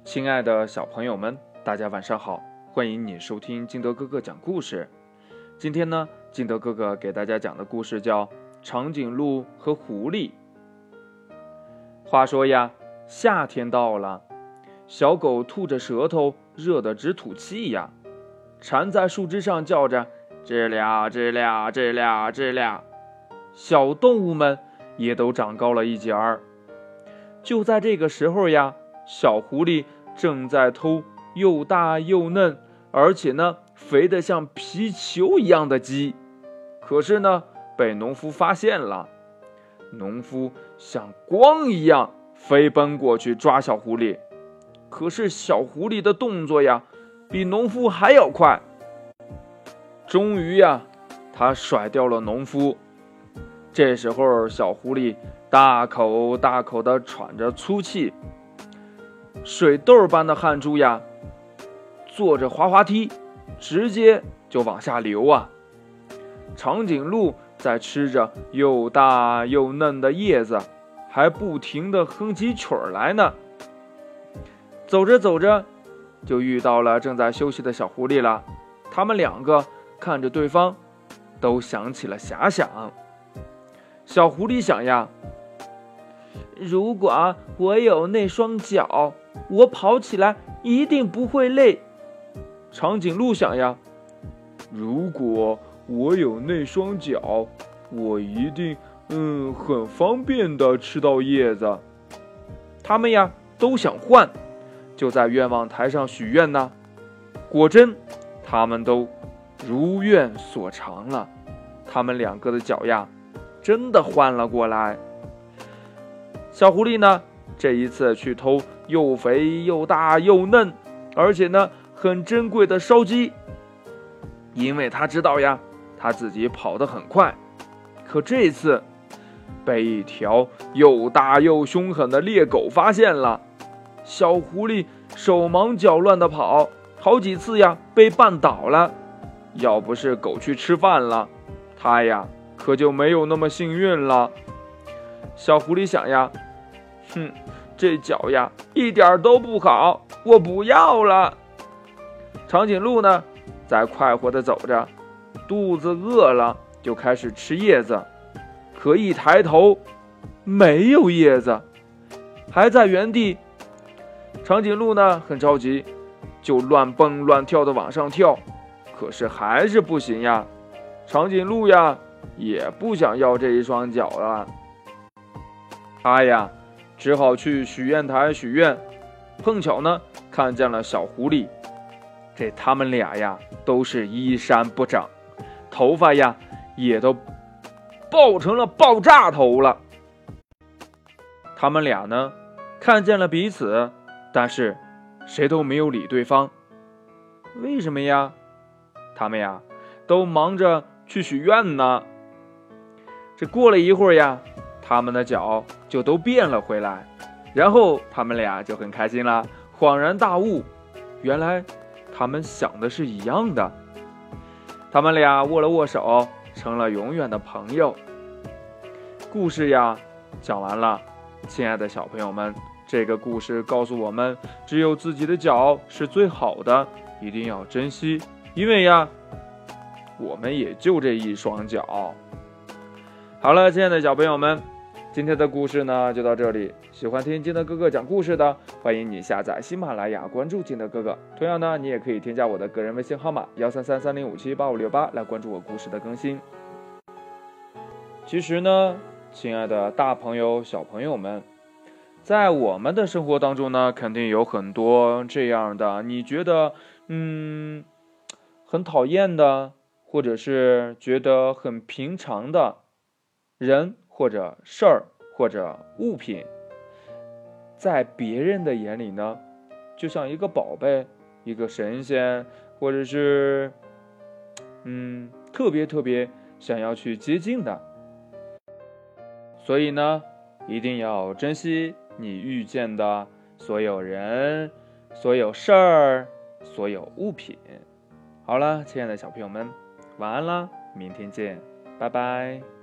亲爱的小朋友们，大家晚上好，欢迎你收听金德哥哥讲故事。今天呢，金德哥哥给大家讲的故事叫《长颈鹿和狐狸》。话说呀，夏天到了，小狗吐着舌头，热得直吐气呀，缠在树枝上叫着知了知了知了知了。小动物们也都长高了一截儿。就在这个时候呀，小狐狸正在偷又大又嫩，而且呢肥得像皮球一样的鸡。可是呢，被农夫发现了。农夫像光一样飞奔过去抓小狐狸，可是小狐狸的动作呀，比农夫还要快。终于呀，他甩掉了农夫。这时候，小狐狸大口大口地喘着粗气，水痘般的汗珠呀，坐着滑滑梯，直接就往下流啊。长颈鹿在吃着又大又嫩的叶子，还不停地哼起曲儿来呢。走着走着，就遇到了正在休息的小狐狸了。他们两个看着对方，都想起了遐想。小狐狸想呀，如果我有那双脚，我跑起来一定不会累。长颈鹿想呀，如果我有那双脚，我一定很方便的吃到叶子。他们呀都想换，就在愿望台上许愿呢。果真，他们都如愿所偿了。他们两个的脚呀，真的换了过来。小狐狸呢，这一次去偷又肥又大又嫩，而且呢很珍贵的烧鸡，因为他知道呀，他自己跑得很快。可这次被一条又大又凶狠的猎狗发现了。小狐狸手忙脚乱地跑，好几次呀被绊倒了。要不是狗去吃饭了，他呀可就没有那么幸运了。小狐狸想呀，这脚呀一点都不好，我不要了。长颈鹿呢，在快活地走着，肚子饿了就开始吃叶子，可一抬头没有叶子，还在原地。长颈鹿呢很着急，就乱蹦乱跳地往上跳，可是还是不行呀。长颈鹿呀也不想要这一双脚了，他呀只好去许愿台许愿。碰巧呢看见了小狐狸，这他们俩呀都是衣衫不整，头发呀也都爆成了爆炸头了。他们俩呢看见了彼此，但是谁都没有理对方。为什么呀？他们呀都忙着去许愿呢。这过了一会儿呀，他们的脚就都变了回来，然后他们俩就很开心了，恍然大悟，原来他们想的是一样的。他们俩握了握手，成了永远的朋友。故事呀讲完了，亲爱的小朋友们，这个故事告诉我们，只有自己的脚是最好的，一定要珍惜，因为呀我们也就这一双脚。好了，亲爱的小朋友们，今天的故事呢就到这里。喜欢听金德哥哥讲故事的，欢迎你下载喜马拉雅，关注金德哥哥。同样呢，你也可以添加我的个人微信号码13330578568来关注我故事的更新。其实呢，亲爱的大朋友小朋友们，在我们的生活当中呢，肯定有很多这样的你觉得很讨厌的，或者是觉得很平常的人或者事儿或者物品，在别人的眼里呢，就像一个宝贝，一个神仙，或者是特别特别想要去接近的。所以呢，一定要珍惜你遇见的所有人、所有事儿、所有物品。好了，亲爱的小朋友们，晚安啦，明天见，拜拜。